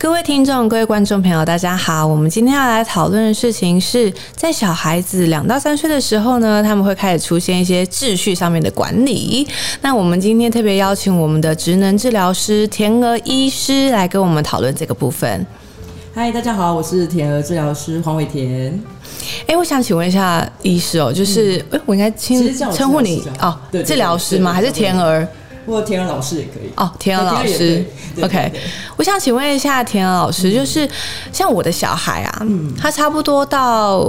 各位听众、各位观众朋友，大家好。我们今天要来讨论的事情是在小孩子2到3岁的时候呢，他们会开始出现一些秩序上面的管理。那我们今天特别邀请我们的职能治疗师田娥医师来跟我们讨论这个部分。 嗨，大家好，我是田娥治疗师黄伟田。 我想请问一下医师哦，就是我应该称呼你哦，治疗师吗？还是田娥？ 或田娥老师也可以哦，田娥老师 ，OK。我想请问一下田娥老师，就是像我的小孩啊，他差不多到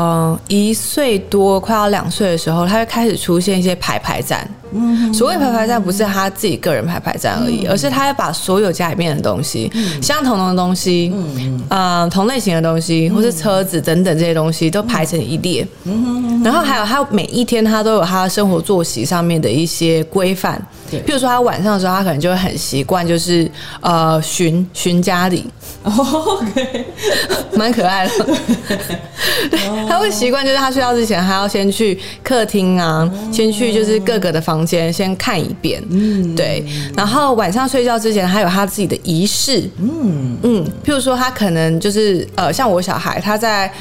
1岁多，快要2岁的时候，他会开始出现一些排战。所谓排战不是他自己个人排战而已，而是他会把所有家里面的东西，相同的东西，同类型的东西，或是车子等等这些东西都排成一列。然后还有他每一天他都有他生活作息上面的一些规范。譬如说他晚上的时候，他可能就会很习惯，就是巡家里。 OK， 蛮可爱的。对，他会习惯，就是他睡觉之前，他要先去客厅啊，先去就是各个的房间先看一遍。对。然后晚上睡觉之前，他有他自己的仪式。譬如说他可能就是像我小孩，他在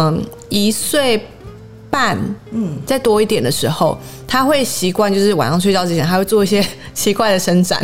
1岁半再多一点的时候，他会习惯就是晚上睡觉之前，他会做一些奇怪的伸展。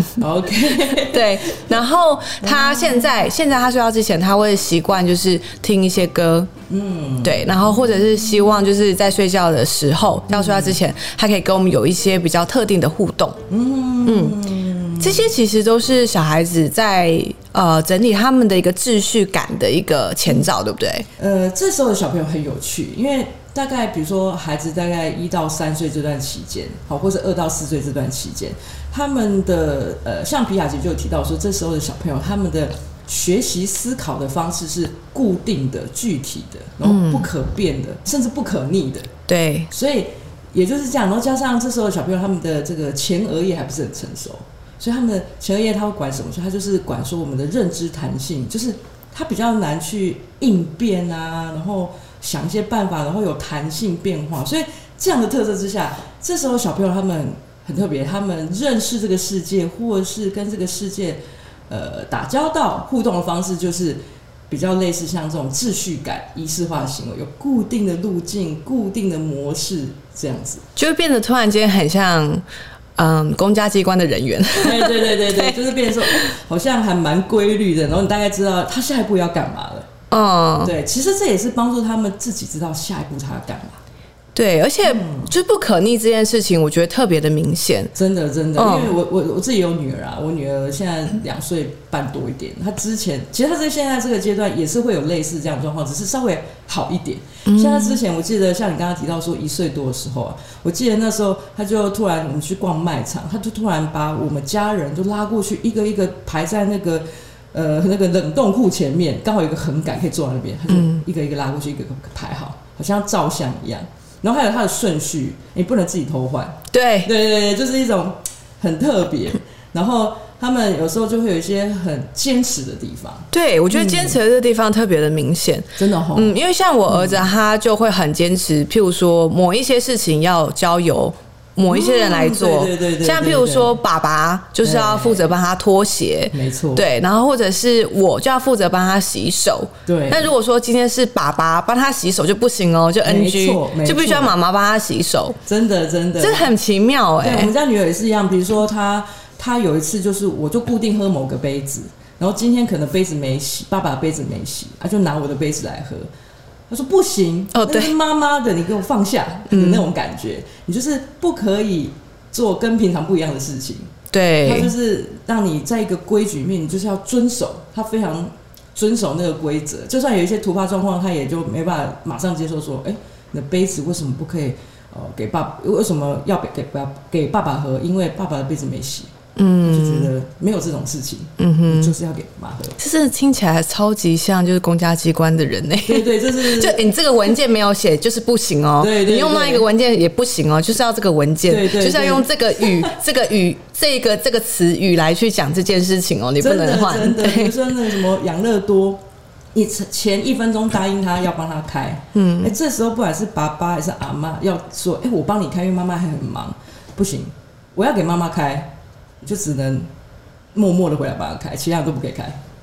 OK， 对。然后他现在他睡觉之前，他会习惯就是听一些歌。对。然后或者是希望就是在睡觉的时候，要睡觉之前，他可以跟我们有一些比较特定的互动。这些其实都是小孩子在整理他们的一个秩序感的一个前兆，对不对？ 这时候的小朋友很有趣，因为大概比如说孩子大概1到3岁这段期间，好，或是2到4岁这段期间，他们的像皮亚杰就有提到说，这时候的小朋友他们的学习思考的方式是固定的、具体的，然后不可变的，甚至不可逆的。 对， 所以也就是这样，然后加上这时候的小朋友他们的这个前额叶还不是很成熟，所以他们的前额叶他会管什么？所以他就是管说我们的认知弹性，就是他比较难去应变啊，然后想一些办法，然后有弹性变化。所以这样的特色之下，这时候小朋友他们很特别，他们认识这个世界，或者是跟这个世界打交道互动的方式，就是比较类似像这种秩序感、仪式化的行为，有固定的路径、固定的模式，这样子就会变得突然间很像公家机关的人员。 对，就是变成说好像还蛮规律的，然后你大概知道他下一步要干嘛了。对，其实这也是帮助他们自己知道下一步他要干嘛。 对，而且就不可逆这件事情，我觉得特别的明显。 真的，因为我自己有女儿啊，我女儿现在2岁半多一点。她之前其实她在现在这个阶段也是会有类似这样的状况，只是稍微好一点。像她之前，我记得像你刚刚提到说1岁多的时候啊，我记得那时候她就突然我们去逛卖场，她就突然把我们家人就拉过去，一个一个排在那个冷冻库前面，刚好有一个横杆可以坐在那边，她就一个一个拉过去，一个一个排好，好像照相一样。然后还有它的顺序，你不能自己偷换。对，就是一种很特别。然后他们有时候就会有一些很坚持的地方。对， 我觉得坚持的这个地方特别的明显， 真的齁。 因为像我儿子，他就会很坚持，譬如说某一些事情要交由某一些人来做， 对， 像譬如说爸爸就是要负责帮他脱鞋， 没错， 对，然后或者是我就要负责帮他洗手， 对。 那如果说今天是爸爸帮他洗手就不行哦，就 NG， 就必须要妈妈帮他洗手， 真的， 这很奇妙哎。 对，我们家女儿也是一样，比如说她有一次就是我就固定喝某个杯子，然后今天可能杯子没洗，爸爸的杯子没洗，就拿我的杯子来喝。他说不行，那是妈妈的，你给我放下的那种感觉，你就是不可以做跟平常不一样的事情。 对， 他就是让你在一个规矩里面，你就是要遵守，他非常遵守那个规则。就算有一些突发状况，他也就没办法马上接受说，你的杯子为什么不可以给爸爸？为什么要给爸爸喝？因为爸爸的杯子没洗。就觉得没有这种事情，就是要给妈喝。 这真的听起来超级像就是公家机关的人呢。 对，就是就你这个文件没有写就是不行哦， 对， 你用那一个文件也不行哦，就是要这个文件，对，就是要用这个语、这个词语来去讲这件事情哦，你不能换。 真的，比如说那个什么养乐多，你前1分钟答应他要帮他开，这时候不管是爸爸还是阿嬷要说，我帮你开，因为妈妈还很忙，不行，我要给妈妈开。就只能默默的回来帮他开，其他人都不可以开。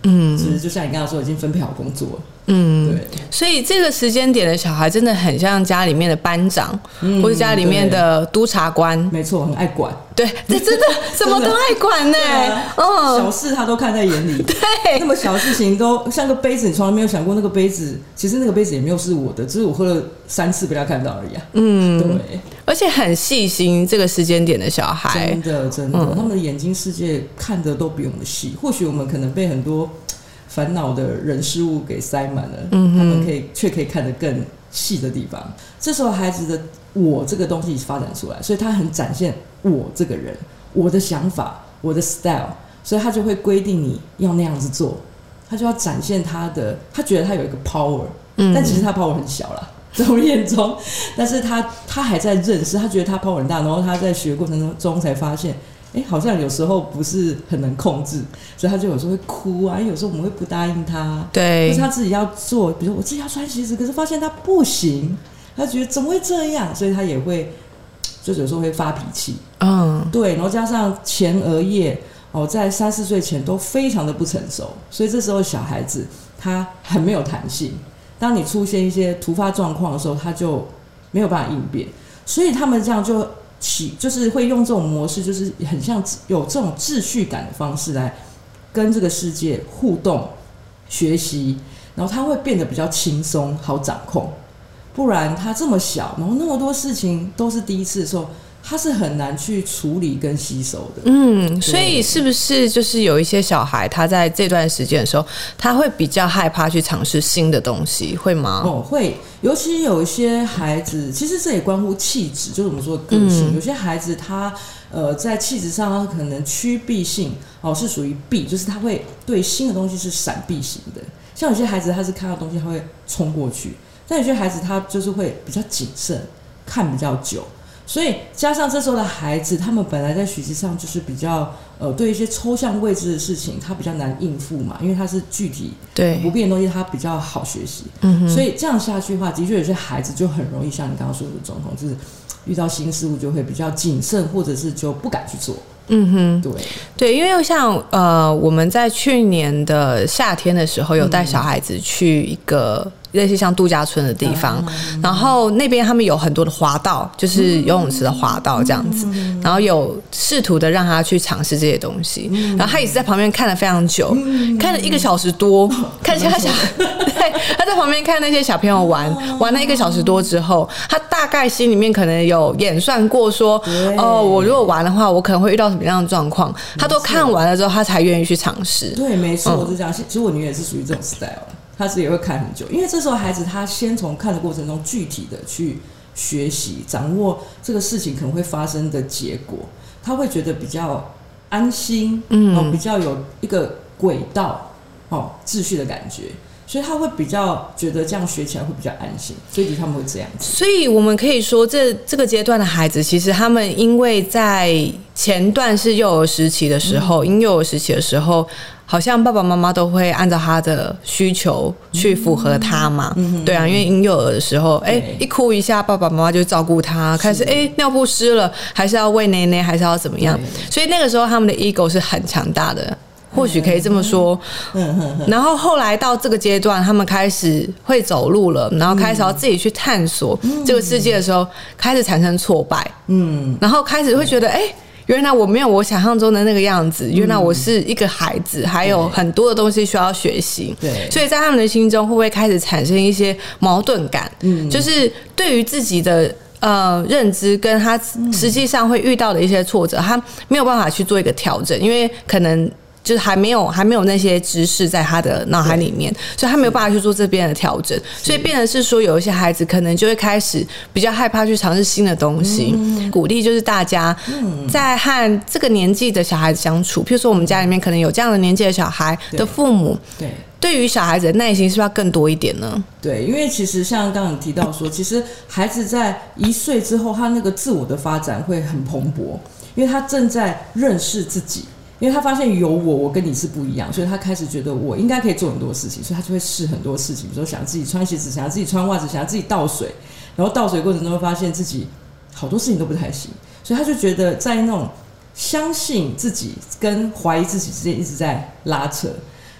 其实就像你刚刚说，已经分配好工作了。对， 所以这个时间点的小孩真的很像家里面的班长，或者家里面的督察官。 没错，很爱管。 对，这真的什么都爱管呢。 小事他都看在眼里。 对， 那么小的事情都像个杯子，你从来没有想过那个杯子，其实那个杯子也没有是我的，只是我喝了3次被他看到而已啊。对， 而且很细心，这个时间点的小孩， 真的，他们的眼睛世界看的都比我们细。或许我们可能被很多烦恼的人事物给塞满了，他们却可以看得更细的地方。这时候孩子的我这个东西发展出来，所以他很展现我这个人，我的想法，我的 style， 所以他就会规定你要那样子做，他就要展现他觉得他有一个 power，但其实他 power 很小啦，在我眼中，但是他还在认识，他觉得他 power 很大，然后他在学过程中才发现。好像有时候不是很能控制，所以他就有时候会哭啊，有时候我们会不答应他， 对， 或是他自己要做，比如说我自己要穿鞋子，可是发现他不行，他觉得怎么会这样，所以他也会就有时候会发脾气，对，然后加上前额叶在3、4岁前都非常的不成熟，所以这时候小孩子他很没有弹性，当你出现一些突发状况的时候，他就没有办法应变，所以他们这样就是会用这种模式，就是很像有这种秩序感的方式来跟这个世界互动、学习，然后他会变得比较轻松、好掌控。不然他这么小，然后那么多事情都是第一次的时候，他是很难去处理跟吸收的。 所以是不是就是有一些小孩，他在这段时间的时候，他会比较害怕去尝试新的东西，会吗？ 会，尤其有一些孩子，其实这也关乎气质，就是我们说的个性。有些孩子他在气质上，他可能趋避性是属于避，就是他会对新的东西是闪避型的。像有些孩子他是看到东西他会冲过去，但有些孩子他就是会比较谨慎，看比较久。所以加上这时候的孩子，他们本来在学习上就是比较对一些抽象未知的事情，他比较难应付嘛，因为他是具体不变的东西，他比较好学习。所以这样下去的话，的确有些孩子就很容易像你刚刚说的状况，就是遇到新事物就会比较谨慎，或者是就不敢去做。对，因为像我们在去年的夏天的时候，有带小孩子去一个类似像度假村的地方，然后那边他们有很多的滑道，就是游泳池的滑道这样子，然后有试图的让他去尝试这些东西，然后他也是在旁边看了非常久，看了1个小时多，对，他在旁边看那些小朋友玩了1个小时多之后，他大概心里面可能有演算过说，我如果玩的话，我可能会遇到什么样的状况，他都看完了之后，他才愿意去尝试。 对，没错，我是这样。其实我女儿也是属于这种 style。他是也会看很久，因为这时候孩子他先从看的过程中具体的去学习，掌握这个事情可能会发生的结果，他会觉得比较安心，比较有一个轨道秩序的感觉，所以他会比较觉得这样学起来会比较安心，所以他们会这样子。 所以我们可以说这个阶段的孩子，其实他们因为在前段是幼儿时期的时候，婴幼儿时期的时候，好像爸爸妈妈都会按照他的需求去符合他嘛，对啊，因为婴幼儿的时候，一哭一下，爸爸妈妈就照顾他，开始尿布湿了，还是要喂奶奶，还是要怎么样？所以那个时候他们的 ego 是很强大的，或许可以这么说。然后后来到这个阶段，他们开始会走路了，然后开始要自己去探索这个世界的时候，开始产生挫败，然后开始会觉得，原来我没有我想象中的那个样子，原来我是一个孩子，还有很多的东西需要学习。对，所以在他们的心中会不会开始产生一些矛盾感？就是对于自己的认知跟他实际上会遇到的一些挫折，他没有办法去做一个调整，因为可能就是还没有那些知识在他的脑海里面，所以他没有办法去做这边的调整，所以变成是说有一些孩子可能就会开始比较害怕去尝试新的东西。鼓励就是大家在和这个年纪的小孩子相处，譬如说我们家里面可能有这样的年纪的小孩的父母，对于小孩子的耐心是不是要更多一点呢？ 对，因为其实像刚刚你提到说，其实孩子在1岁之后，他那个自我的发展会很蓬勃，因为他正在认识自己。因为他发现有我跟你是不一样，所以他开始觉得我应该可以做很多事情，所以他就会试很多事情，比如说想自己穿鞋子，想自己穿袜子，想自己倒水，然后倒水过程中会发现自己好多事情都不太行，所以他就觉得在那种相信自己跟怀疑自己之间一直在拉扯，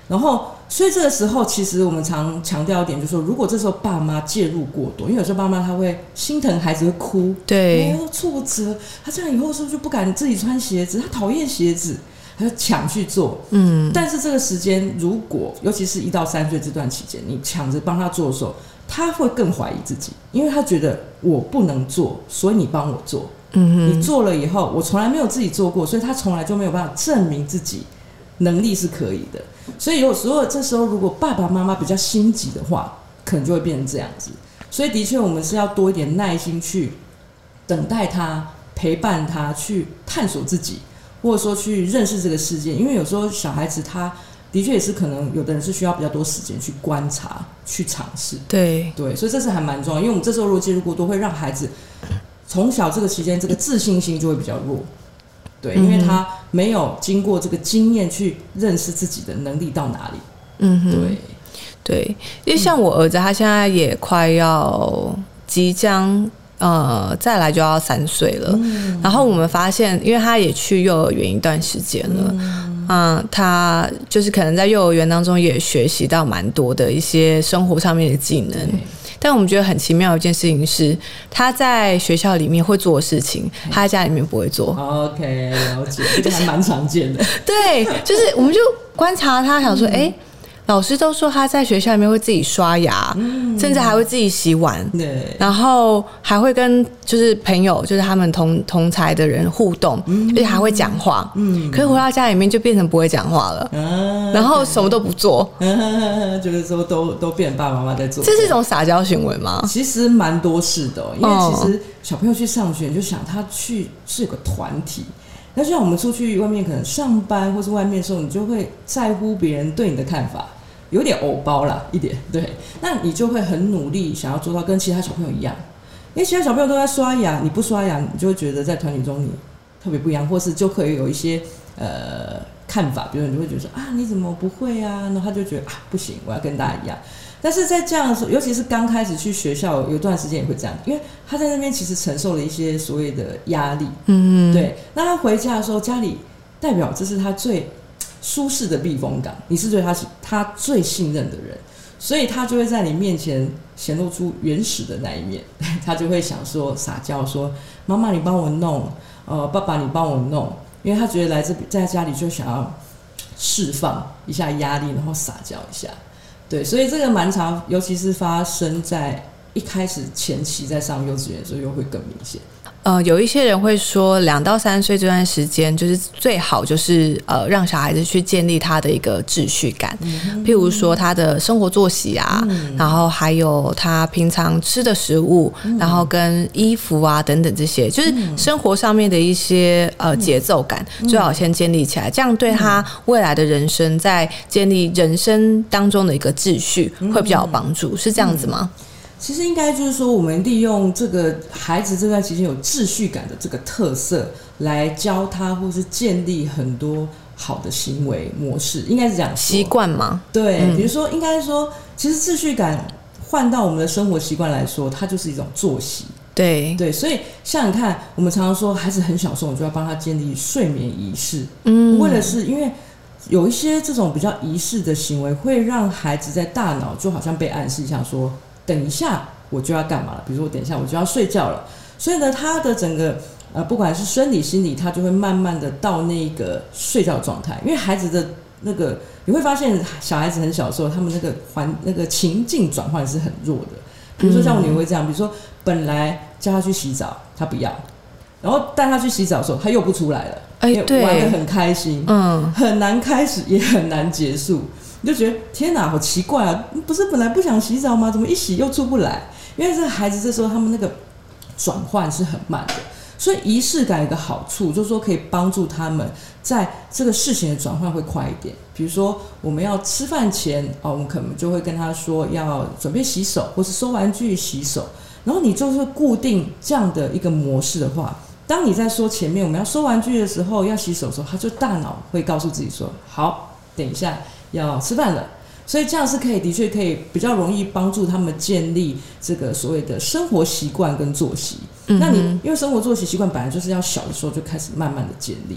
然后所以这个时候其实我们常强调一点，就是说如果这时候爸妈介入过多，因为有时候爸妈他会心疼孩子会哭， 对， 挫折，他这样以后是不是就不敢自己穿鞋子，他讨厌鞋子，他就抢去做。但是这个时间如果尤其是1到3岁这段期间，你抢着帮他做的时候，他会更怀疑自己，因为他觉得我不能做，所以你帮我做。你做了以后，我从来没有自己做过，所以他从来就没有办法证明自己能力是可以的。所以有时候这时候如果爸爸妈妈比较心急的话，可能就会变成这样子。所以的确我们是要多一点耐心去等待他，陪伴他去探索自己，或者说去认识这个世界。因为有时候小孩子他的确也是可能有的人是需要比较多时间去观察去尝试。对，所以这是还蛮重要。因为我们这时候如果介入过多，会让孩子从小这个期间这个自信心就会比较弱。对，因为他没有经过这个经验去认识自己的能力到哪里。 对，因为像我儿子他现在也快要即将再来就要3岁了。然后我们发现因为他也去幼儿园一段时间了，他就是可能在幼儿园当中也学习到蛮多的一些生活上面的技能。但我们觉得很奇妙的一件事情是，他在学校里面会做的事情，他在家里面不会做。 OK， 了解，这个还蛮常见的。 对，就是我们就观察他，想说，老师都说他在学校里面会自己刷牙，甚至还会自己洗碗，对，然后还会跟就是朋友，就是他们同才的人互动，而且还会讲话。可是回到家里面就变成不会讲话了，然后什么都不做， 就是说都变爸爸妈妈在做。 这是一种撒娇行为吗？ 其实蛮多事的，因为其实小朋友去上学，你就想他去是有个团体。那就像我们出去外面可能上班或是外面的时候，你就会在乎别人对你的看法。有点偶包啦，一点，对，那你就会很努力想要做到跟其他小朋友一样，因为其他小朋友都在刷牙，你不刷牙，你就会觉得在团体中你特别不一样，或是就可以有一些看法，比如你就会觉得说你怎么不会啊？然后他就觉得不行，我要跟大家一样。但是在这样的时候，尤其是刚开始去学校，有一段时间也会这样，因为他在那边其实承受了一些所谓的压力，对，那他回家的时候，家里代表这是他最舒适的避风港，你是对他最信任的人，所以他就会在你面前显露出原始的那一面。他就会想说撒娇说：“妈妈，你帮我弄，爸爸你帮我弄。”因为他觉得在家里就想要释放一下压力，然后撒娇一下。对，所以这个蛮常，尤其是发生在一开始前期在上幼稚园的时候，又会更明显。 有一些人会说2到3岁这段时间就是最好就是让小孩子去建立他的一个秩序感，譬如说他的生活作息啊，然后还有他平常吃的食物，然后跟衣服啊等等这些，就是生活上面的一些节奏感，最好先建立起来，这样对他未来的人生在建立人生当中的一个秩序会比较有帮助，是这样子吗？ 其实应该就是说，我们利用这个孩子这段期间有秩序感的这个特色，来教他或是建立很多好的行为模式，应该是这样说。 习惯吗？ 对，比如说，应该说，其实秩序感换到我们的生活习惯来说，它就是一种作息。对，所以像你看，我们常常说，孩子很小的时候，我就要帮他建立睡眠仪式。为了是因为有一些这种比较仪式的行为，会让孩子在大脑就好像被暗示一下说。等一下我就要干嘛了，比如说我等一下我就要睡觉了，所以呢他的整个不管是生理心理，他就会慢慢的到那个睡觉状态。因为孩子的那个你会发现小孩子很小的时候，他们那个情境转换是很弱的。比如说像我女儿会这样，比如说本来叫他去洗澡他不要，然后带他去洗澡的时候他又不出来了， 对， 玩得很开心，很难开始也很难结束，你就觉得天哪，好奇怪啊！不是本来不想洗澡吗？怎么一洗又出不来？因为这个孩子这时候他们那个转换是很慢的，所以仪式感有一个好处，就是说可以帮助他们在这个事情的转换会快一点。比如说我们要吃饭前我们可能就会跟他说要准备洗手，或是收玩具洗手，然后你就是固定这样的一个模式的话，当你在说前面我们要收玩具的时候，要洗手的时候，他就大脑会告诉自己说好，等一下要吃饭了，所以这样是的确可以比较容易帮助他们建立这个所谓的生活习惯跟作息。那你因为生活作息习惯本来就是要小的时候就开始慢慢的建立，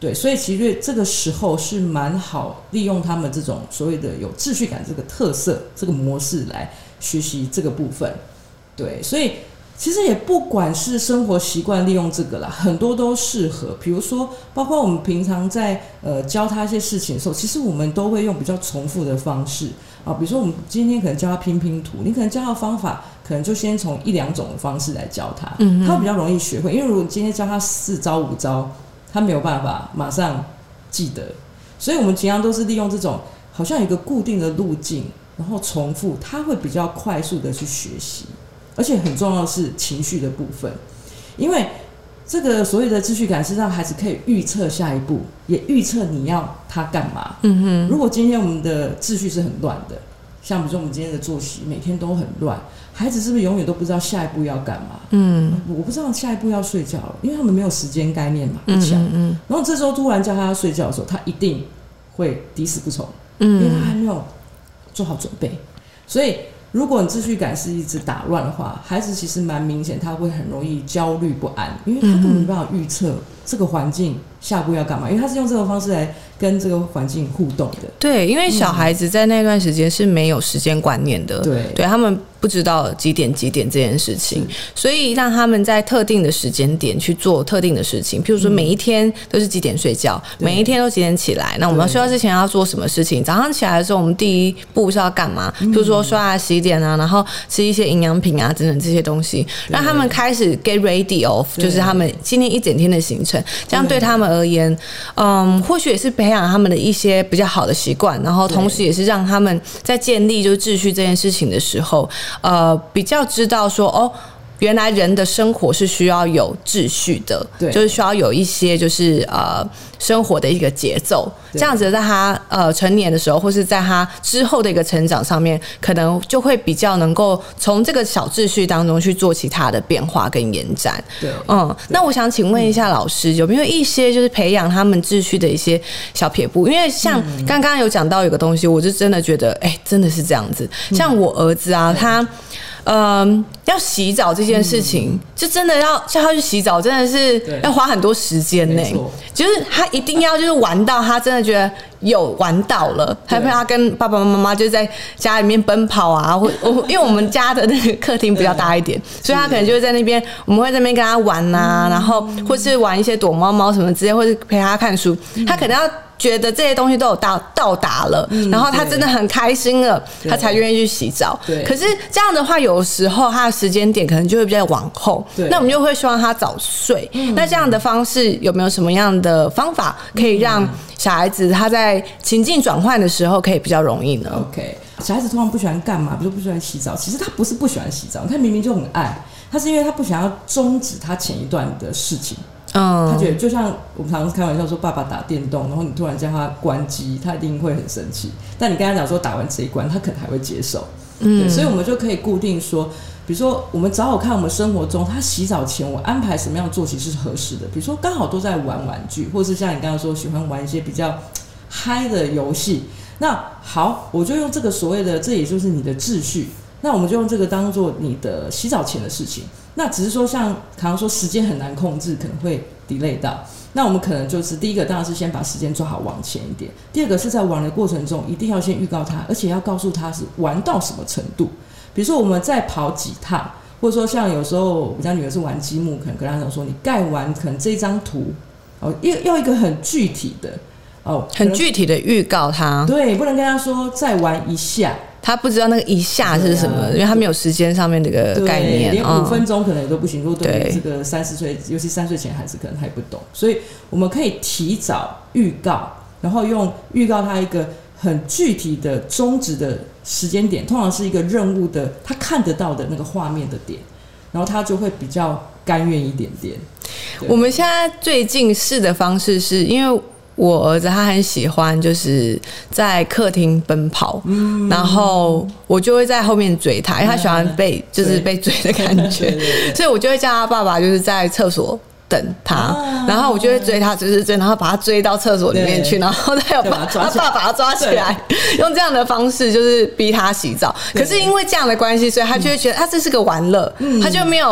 对，所以其实这个时候是蛮好利用他们这种所谓的有秩序感这个特色这个模式来学习这个部分。对，所以其实也不管是生活习惯利用这个啦，很多都适合。比如说包括我们平常在教他一些事情的时候，其实我们都会用比较重复的方式啊，比如说我们今天可能教他拼图，你可能教他的方法可能就先从1-2种的方式来教他，他会比较容易学会。因为如果今天教他4招5招，他没有办法马上记得，所以我们平常都是利用这种好像有一个固定的路径，然后重复，他会比较快速的去学习。而且很重要的是情绪的部分，因为这个所谓的秩序感是让孩子可以预测下一步，也预测你要他干嘛。如果今天我们的秩序是很乱的，像比如说我们今天的作息每天都很乱，孩子是不是永远都不知道下一步要干嘛？我不知道下一步要睡觉了，因为他们没有时间概念嘛，不强。然后这时候突然叫他睡觉的时候，他一定会抵死不从，因为他还没有做好准备。所以如果你秩序感是一直打乱的话，孩子其实蛮明显他会很容易焦虑不安，因为他根本没办法预测这个环境下一步要干嘛，因为他是用这个方式来跟这个环境互动的。 对，因为小孩子在那段时间是没有时间观念的，对他们不知道几点这件事情，所以让他们在特定的时间点去做特定的事情。譬如说每一天都是几点睡觉，每一天都几点起来，那我们睡觉之前要做什么事情，早上起来的时候我们第一步是要干嘛，譬如说刷牙洗脸啊，然后吃一些营养品啊等等这些东西，让他们开始 get ready of 就是他们今天一整天的行程，这样对他们而言或许也是培养他们的一些比较好的习惯，然后同时也是让他们在建立就是秩序这件事情的时候比较知道说原来人的生活是需要有秩序的，就是需要有一些就是生活的一个节奏，这样子在他成年的时候，或是在他之后的一个成长上面，可能就会比较能够从这个小秩序当中去做其他的变化跟延展。那我想请问一下老师，有没有一些就是培养他们秩序的一些小撇步？因为像刚刚有讲到有个东西，我就真的觉得真的是这样子。像我儿子啊，他要洗澡这件事情，就真的要叫他去洗澡，真的是要花很多时间呢。就是他一定要就是玩到他真的觉得有玩到了，还陪他跟爸爸妈妈就在家里面奔跑啊，因为我们家的那个客厅比较大一点，所以他可能就会在那边，我们会在那边跟他玩啊，然后或是玩一些躲猫猫什么之类，或是陪他看书，他可能要觉得这些东西都有到达了，然后他真的很开心了，他才愿意去洗澡。可是这样的话，有时候他的时间点可能就会比较往后，那我们就会希望他早睡。那这样的方式有没有什么样的方法可以让小孩子他在情境转换的时候可以比较容易呢？OK， 小孩子通常不喜欢干嘛？比如说不喜欢洗澡，其实他不是不喜欢洗澡，他明明就很爱，他是因为他不想要终止他前一段的事情。他觉得就像我们常常开玩笑说，爸爸打电动，然后你突然叫他关机，他一定会很生气。但你跟他讲说打完这一关，他可能还会接受。对，所以我们就可以固定说，比如说我们找好看我们生活中他洗澡前我安排什么样的作息是合适的。比如说刚好都在玩玩具，或是像你刚刚说喜欢玩一些比较嗨的游戏。那好，我就用这个所谓的，这也就是你的秩序。那我们就用这个当做你的洗澡前的事情。那只是说像常常说时间很难控制，可能会 delay 到，那我们可能就是第一个当然是先把时间抓好往前一点，第二个是在玩的过程中一定要先预告他，而且要告诉他是玩到什么程度。比如说我们再跑几趟，或者说像有时候我家女儿是玩积木，可能跟她讲说你盖完可能这张图要一个很具体的很具体的预告他， 对，不能跟他说再玩一下， 他不知道那个一下是什么，因为他没有时间上面的一个概念， 连5分钟可能也都不行。如果对这个3、4岁，尤其3岁前孩子可能还不懂，所以我们可以提早预告，然后用预告他一个很具体的终止的时间点，通常是一个任务的他看得到的那个画面的点，然后他就会比较甘愿一点点。 我们现在最近试的方式是因为我儿子他很喜欢就是在客厅奔跑，然后我就会在后面追他，因为他喜欢被被追的感觉，所以我就会叫他爸爸就是在厕所等他，然后我就会追他，追，然后把他追到厕所里面去，然后再有他爸把他抓起来，用这样的方式就是逼他洗澡。可是因为这样的关系，所以他就会觉得这是个玩乐，他就没有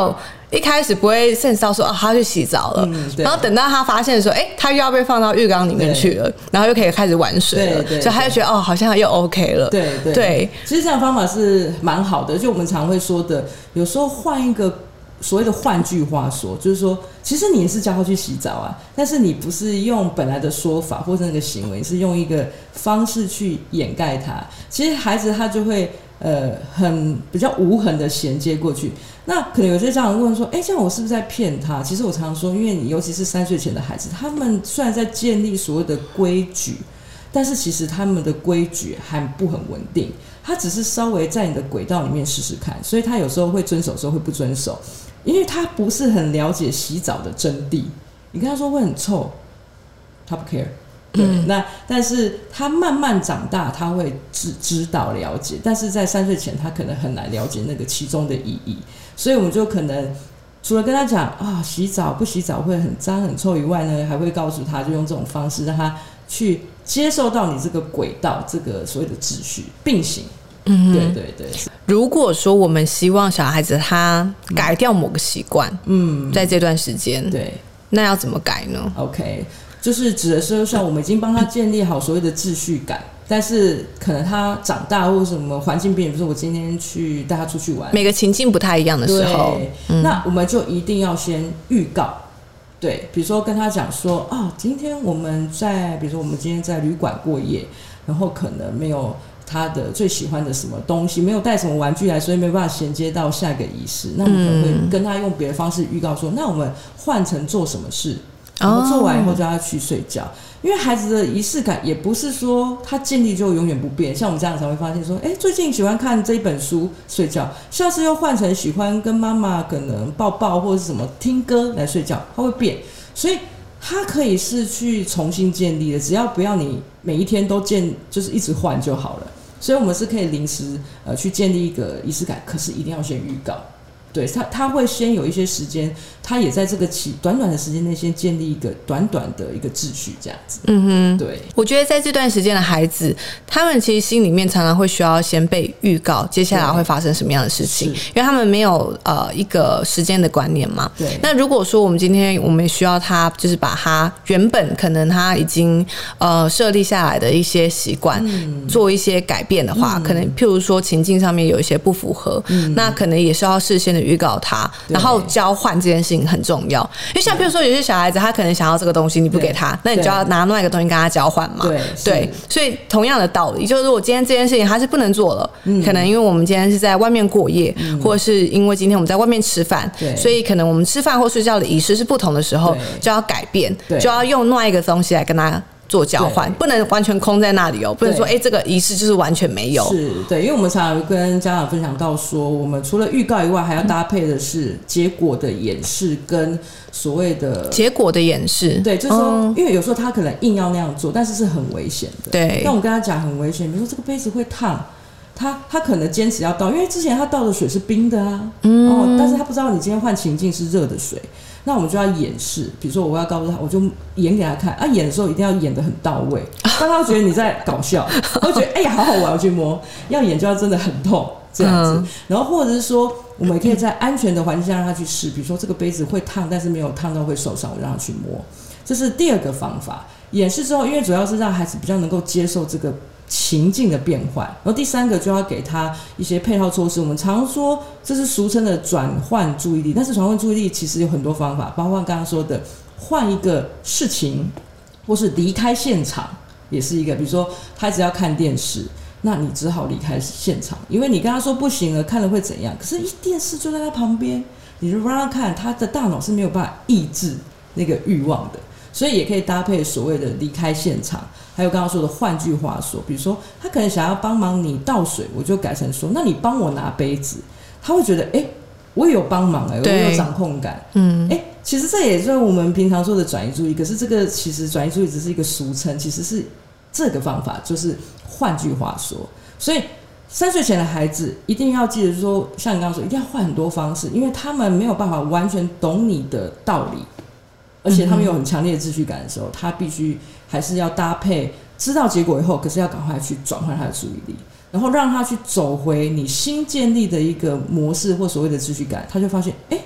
一开始不会 sense 到说他去洗澡了，然后等到他发现说他又要被放到浴缸里面去了，然后又可以开始玩水了，所以他就觉得好像又 OK 了。 对，其实这样的方法是蛮好的，就我们常会说的，有时候换一个所谓的换句话说，就是说其实你也是叫他去洗澡啊，但是你不是用本来的说法或者那个行为，是用一个方式去掩盖它，其实孩子他就会很比较无痕的衔接过去。那可能有些家长问说这样我是不是在骗他？其实我常常说，因为你尤其是3岁前的孩子，他们虽然在建立所谓的规矩，但是其实他们的规矩还不很稳定，他只是稍微在你的轨道里面试试看，所以他有时候会遵守，有时候会不遵守，因为他不是很了解洗澡的真谛。你跟他说会很臭，他不 care。对，那但是他慢慢长大，他会知道了解，但是在3岁前，他可能很难了解那个其中的意义，所以我们就可能除了跟他讲洗澡不洗澡会很脏很臭以外呢，还会告诉他，就用这种方式让他去接受到你这个轨道，这个所谓的秩序并行。对。 如果说我们希望小孩子他改掉某个习惯，在这段时间，对，那要怎么改呢 ？OK。就是指的是像我们已经帮他建立好所谓的秩序感，但是可能他长大或者什么环境变，比如说我今天去带他出去玩， 每个情境不太一样的时候， 那我们就一定要先预告。对，比如说跟他讲说今天我们比如说我们今天在旅馆过夜，然后可能没有他的最喜欢的什么东西，没有带什么玩具来，所以没办法衔接到下一个仪式。那我们可能会跟他用别的方式预告说，那我们换成做什么事，然后做完以后就要去睡觉。因为孩子的仪式感也不是说他建立就永远不变，像我们家长才会发现说最近喜欢看这一本书睡觉，下次又换成喜欢跟妈妈可能抱抱或者是什么听歌来睡觉，他会变，所以他可以是去重新建立的，只要不要你每一天都就是一直换就好了。所以我们是可以临时去建立一个仪式感，可是一定要先预告。对，他会先有一些时间，他也在这个短短的时间内先建立一个短短的一个秩序，这样子。对。 我觉得在这段时间的孩子，他们其实心里面常常会需要先被预告接下来会发生什么样的事情，因为他们没有一个时间的观念嘛。 对。 那如果说我们今天我们需要他，就是把他原本可能他已经设立下来的一些习惯做一些改变的话，可能譬如说情境上面有一些不符合，那可能也是要事先的预告他，然后交换这件事情很重要。因为像譬如说有些小孩子他可能想要这个东西，你不给他，那你就要拿另外一个东西跟他交换嘛。对，所以同样的道理，就是如果今天这件事情他是不能做了，可能因为我们今天是在外面过夜，或者是因为今天我们在外面吃饭，所以可能我们吃饭或睡觉的仪式是不同的时候，就要改变，就要用另外一个东西来跟他做交换，不能完全空在那里不能说这个仪式就是完全没有。 是，对，因为我们常常跟家长分享到说，我们除了预告以外，还要搭配的是结果的演示跟所谓的结果的演示。 对，就是说，因为有时候他可能硬要那样做，但是是很危险的。 对， 那我们跟他讲很危险，比如说这个杯子会烫。他可能坚持要倒，因为之前他倒的水是冰的啊，但是他不知道你今天换情境是热的水，那我们就要演示，比如说我要告诉他，我就演给他看演的时候一定要演得很到位，但他会觉得你在搞笑，他会觉得好好玩，我去摸，要演就要真的很痛这样子，然后或者是说我们也可以在安全的环境下让他去试，比如说这个杯子会烫，但是没有烫到会受伤，我让他去摸，这是第二个方法。演示之后，因为主要是让孩子比较能够接受这个情境的变换，然后第三个就要给他一些配套措施。我们常说这是俗称的转换注意力，但是转换注意力其实有很多方法，包括刚刚说的换一个事情，或是离开现场，也是一个。比如说孩子要看电视，那你只好离开现场，因为你跟他说不行了，看了会怎样？可是电视就在他旁边，你就让他看，他的大脑是没有办法抑制那个欲望的。所以也可以搭配所谓的离开现场，还有刚刚说的换句话说，比如说他可能想要帮忙你倒水，我就改成说，那你帮我拿杯子，他会觉得我也有帮忙我有掌控感，其实这也就是我们平常说的转移注意，可是这个其实转移注意只是一个俗称，其实是这个方法就是换句话说。所以3岁前的孩子一定要记得说，像你刚刚说，一定要换很多方式，因为他们没有办法完全懂你的道理，而且他们有很强烈的秩序感的时候，他必须还是要搭配知道结果以后，可是要赶快去转换他的注意力，然后让他去走回你新建立的一个模式或所谓的秩序感，他就发现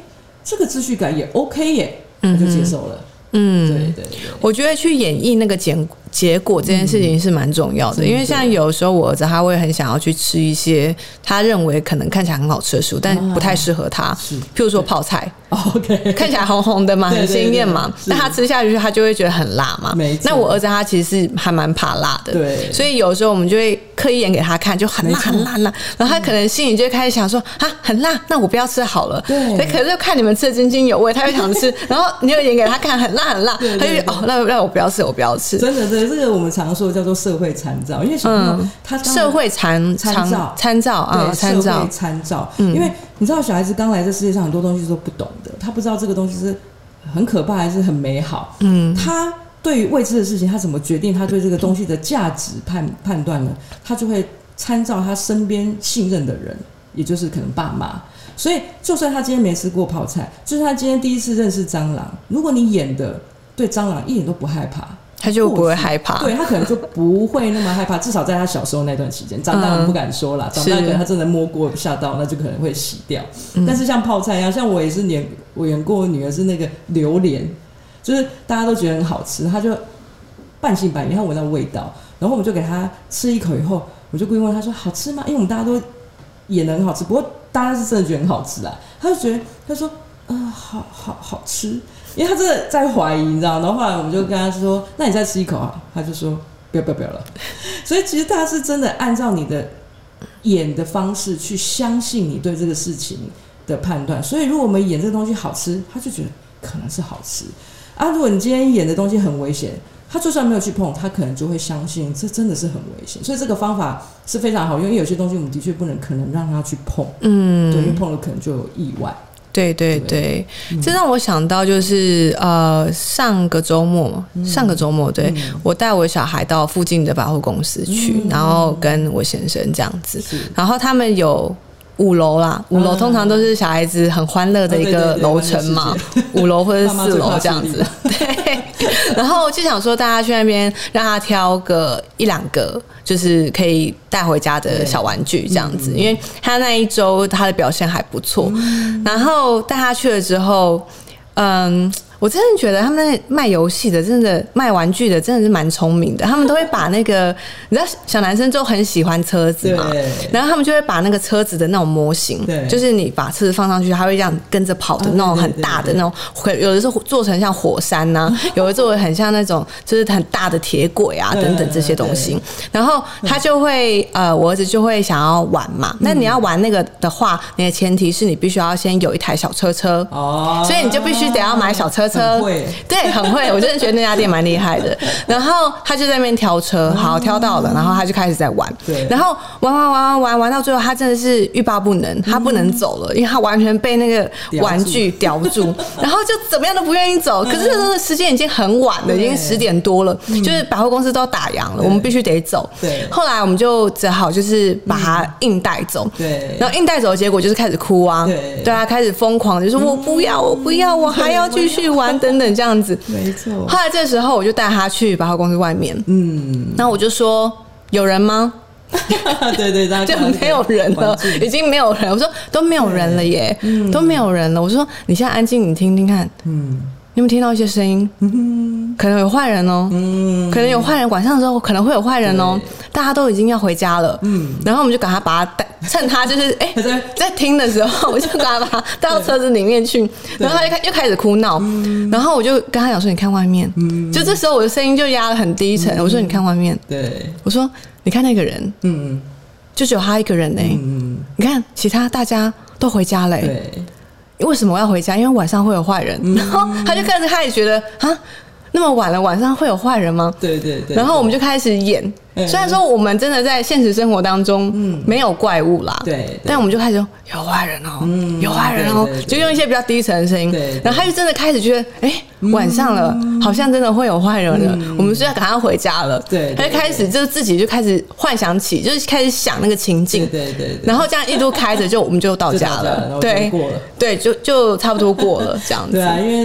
这个秩序感也 OK 耶，他就接受了。对对对， 我觉得去演绎那个结果这件事情是蛮重要的，因为像有时候我儿子他会很想要去吃一些他认为可能看起来很好吃的食物，但不太适合他，譬如说泡菜。 OK， 看起来红红的嘛，很鲜艳嘛，那他吃下去他就会觉得很辣嘛。那我儿子他其实是还蛮怕辣的， 对， 所以有时候我们就会刻意演给他看，就很辣很辣很辣，然后他可能心里就会开始想说啊很辣，那我不要吃好了。 对， 可是看你们吃的津津有味，他会想吃，然后你就演给他看很辣很辣，他就哦那我不要吃，我不要吃。 真的，这个我们常说叫做社会参照，因为小朋友他社会参照啊，参照， 因为你知道小孩子刚来这世界上很多东西都不懂的，他不知道这个东西是很可怕还是很美好。他对于未知的事情，他怎么决定他对这个东西的价值判断呢？他就会参照他身边信任的人，也就是可能爸妈。所以就算他今天没吃过泡菜，就算他今天第一次认识蟑螂，如果你演的对蟑螂一点都不害怕， 他就不会害怕， 对，他可能就不会那么害怕，至少在他小时候那段期间，长大我们不敢说啦，长大可能他真的摸过吓到，那就可能会洗掉。但是像泡菜一样，像我也是我演过我女儿是那个榴莲，就是大家都觉得很好吃，他就半信半疑，他闻到味道，然后我们就给他吃一口以后，我就故意问他说好吃吗？因为我们大家都演得很好吃，不过大家是真的觉得很好吃啊，他就觉得他说好吃。因为他真的在怀疑，你知道，然后后来我们就跟他说：“那你再吃一口啊。”他就说：“不要了。”所以其实他是真的按照你的演的方式去相信你对这个事情的判断。所以如果我们演这个东西好吃，他就觉得可能是好吃啊。如果你今天演的东西很危险，他就算没有去碰，他可能就会相信这真的是很危险。所以这个方法是非常好用，因为有些东西我们的确可能让他去碰，对，因为碰了可能就有意外。 对，这让我想到就是上个周末对，我带我小孩到附近的百货公司去，然后跟我先生这样子，然后他们有5楼啦，5楼通常都是小孩子很欢乐的一个楼层嘛，5楼或者4楼这样子，对。然后就想说，大家去那边让他挑个1-2个，就是可以带回家的小玩具这样子，因为他那一周他的表现还不错。然后带他去了之后，我真的觉得他们卖游戏的，真的卖玩具的，真的是蛮聪明的。他们都会把那个，你知道，小男生就很喜欢车子嘛，然后他们就会把那个车子的那种模型，就是你把车子放上去，它会这样跟着跑的那种很大的那种，有的是做成像火山啊，有的做的很像那种就是很大的铁轨啊等等这些东西。然后他就会我儿子就会想要玩嘛。那你要玩那个的话，你的前提是你必须要先有一台小车，所以你就必须得要买小车。对，很会，我真的觉得那家店蛮厉害的。然后他就在那边挑车，好挑到了，然后他就开始在玩。然后玩到最后，他真的是欲罢不能，他不能走了，因为他完全被那个玩具叼住，然后就怎么样都不愿意走。可是那时候的时间已经很晚了，已经10点多了，就是百货公司都要打烊了，我们必须得走。后来我们就只好就是把他硬带走。然后硬带走的结果就是开始哭啊，对啊，开始疯狂，就说我不要，我还要继续玩。等等这样子， 没错。 后来这时候我就带他去百货公司外面，然后我就说有人吗？ 对， 就没有人了，已经没有人。我说都没有人了耶，都没有人了。我说你现在安静，你听听看，你有没有听到一些声音？可能有坏人哦，可能有坏人，晚上的时候可能会有坏人哦。大家都已经要回家了，然后我们就赶快把他带，趁他就是在听的时候，我就赶快把他带到车子里面去，然后他又开始哭闹，然后我就跟他讲说：“你看外面。”就这时候我的声音就压得很低沉，我说：“你看外面。” 对， 我说：“你看那个人，就只有他一个人呢。你看其他大家都回家了。为什么我要回家？因为晚上会有坏人。”然后他就开始觉得啊。那么晚了，晚上会有坏人吗？ 对。 然后我们就开始演，虽然说我们真的在现实生活当中没有怪物啦，但我们就开始说有坏人哦，有坏人哦，就用一些比较低沉的声音。然后他就真的开始觉得，晚上了，好像真的会有坏人了，我们是要赶快回家了。他就开始就自己就开始幻想起，就是开始想那个情境。然后这样一路开着，我们就到家了。对，就差不多过了这样子。 对啊，因为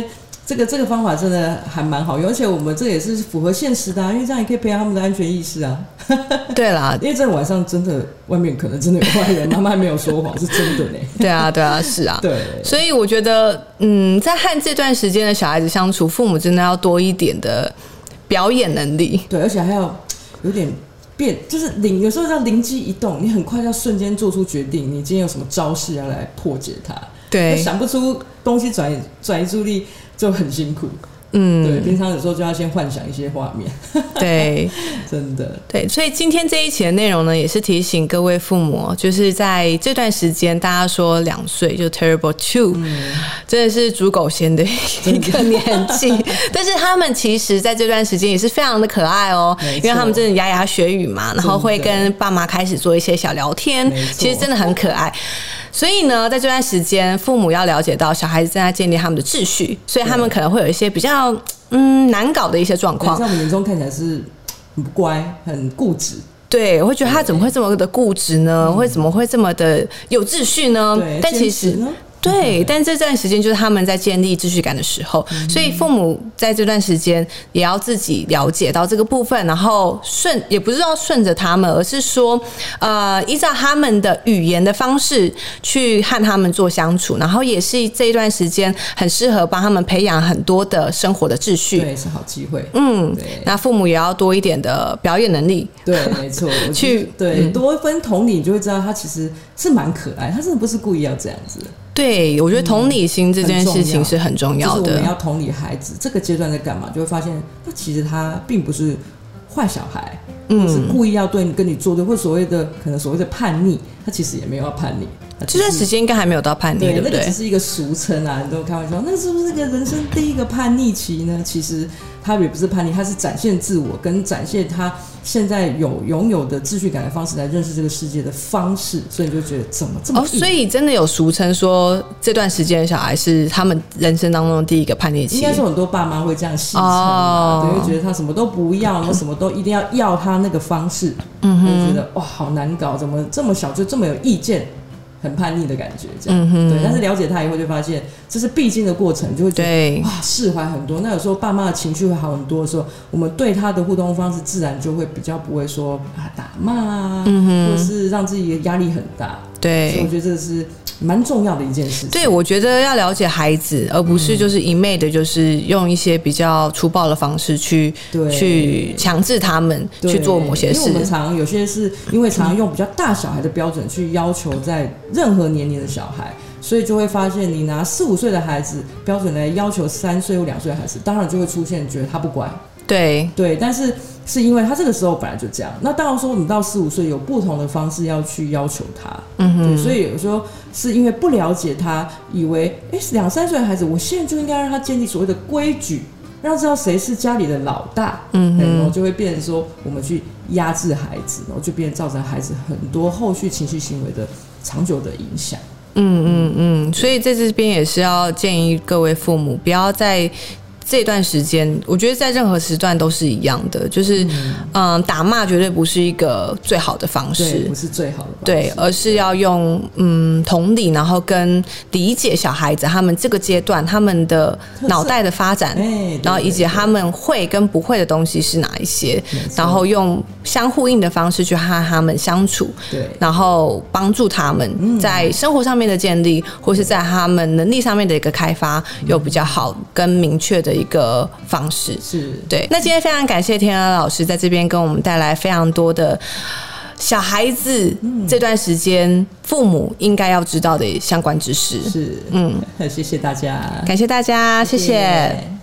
这个方法真的还蛮好用，而且我们这个也是符合现实的因为这样也可以培养他们的安全意识啊。 对啦， 因为真的晚上真的外面可能真的有坏人，妈妈还没有说谎，是真的呢。 对啊，对啊，是啊。 对， 所以我觉得，在和这段时间的小孩子相处，父母真的要多一点的表演能力。 对，而且还要有点就是有时候要灵机一动，你很快要瞬间做出决定，你今天有什么招式要来破解它。 对， 想不出东西转移注意力就很辛苦。对，平常有时候就要先幻想一些画面。 对， 真的。 对，所以今天这一期的内容呢，也是提醒各位父母，就是在这段时间，大家说2岁就 terrible two，真的是猪狗嫌的一个年纪，但是他们其实在这段时间也是非常的可爱哦，因为他们真的牙牙学语嘛，然后会跟爸妈开始做一些小聊天，其实真的很可爱。所以呢，在这段时间，父母要了解到小孩子正在建立他们的秩序，所以他们可能会有一些比较难搞的一些状况。 在我们眼中看起来是很不乖、很固执。 对，我会觉得他怎么会这么的固执呢？怎么会这么的有秩序呢？但其实呢。对，但这段时间就是他们在建立秩序感的时候，所以父母在这段时间也要自己了解到这个部分，然后也不是要顺着他们，而是说依照他们的语言的方式去和他们做相处，然后也是这一段时间很适合帮他们培养很多的生活的秩序。 对，是好机会。 那父母也要多一点的表演能力。 对，没错。多分同理，你就会知道他其实是蛮可爱，他真的不是故意要这样子。 对，我觉得同理心这件事情是很重要的。 就是我们要同理孩子这个阶段在干嘛，就会发现，那其实他并不是坏小孩，是故意要跟你作对，或所谓的可能所谓的叛逆，他其实也没有要叛逆。 这段时间应该还没有到叛逆，对不对？ 那个只是一个俗称啊，你都开玩笑，那是不是个人生第一个叛逆期呢？其实他也不是叛逆，他是展现自我，跟展现他现在拥有的秩序感的方式来认识这个世界的方式，所以你就觉得怎么这么所以真的有俗称说这段时间的小孩是他们人生当中的第一个叛逆期。 应该说很多爸妈会这样戏称对，会觉得他什么都不要，什么都一定要他那个方式，就觉得哇好难搞，怎么这么小就这么有意见。很叛逆的感觉，这样对。但是了解他以后，就发现这是必经的过程，就会觉得哇释怀很多。那有时候爸妈的情绪会好很多的时候，我们对他的互动方式自然就会比较不会说打骂啊，或者是让自己的压力很大。 对， 所以我觉得这是蛮重要的一件事情。 对，我觉得要了解孩子，而不是就是一昧的，就是用一些比较粗暴的方式去强制他们去做某些事。 因为我们常有些是因为常用比较大小孩的标准去要求在任何年龄的小孩，所以就会发现你拿4、5岁的孩子标准来要求3岁或2岁的孩子，当然就会出现觉得他不乖。对，但是因为他这个时候本来就这样，那当然说你到4、5岁有不同的方式要去要求他，对，所以有时候是因为不了解他，以为2、3岁的孩子，我现在就应该让他建立所谓的规矩，让他知道谁是家里的老大，然后就会变成说我们去压制孩子，然后就变成造成孩子很多后续情绪行为的长久的影响。 所以在这边也是要建议各位父母不要在这段时间，我觉得在任何时段都是一样的，就是打骂绝对不是一个最好的方式， 对，不是最好的方式， 对，而是要用同理，然后跟理解小孩子他们这个阶段他们的脑袋的发展，然后以及他们会跟不会的东西是哪一些，然后用相互应的方式去和他们相处， 对， 然后帮助他们在生活上面的建立，或是在他们能力上面的一个开发，有比较好跟明确的一个方式。 是，对。 那今天非常感谢天安老师在这边跟我们带来非常多的小孩子这段时间父母应该要知道的相关知识。 是，谢谢大家， 感谢大家，谢谢。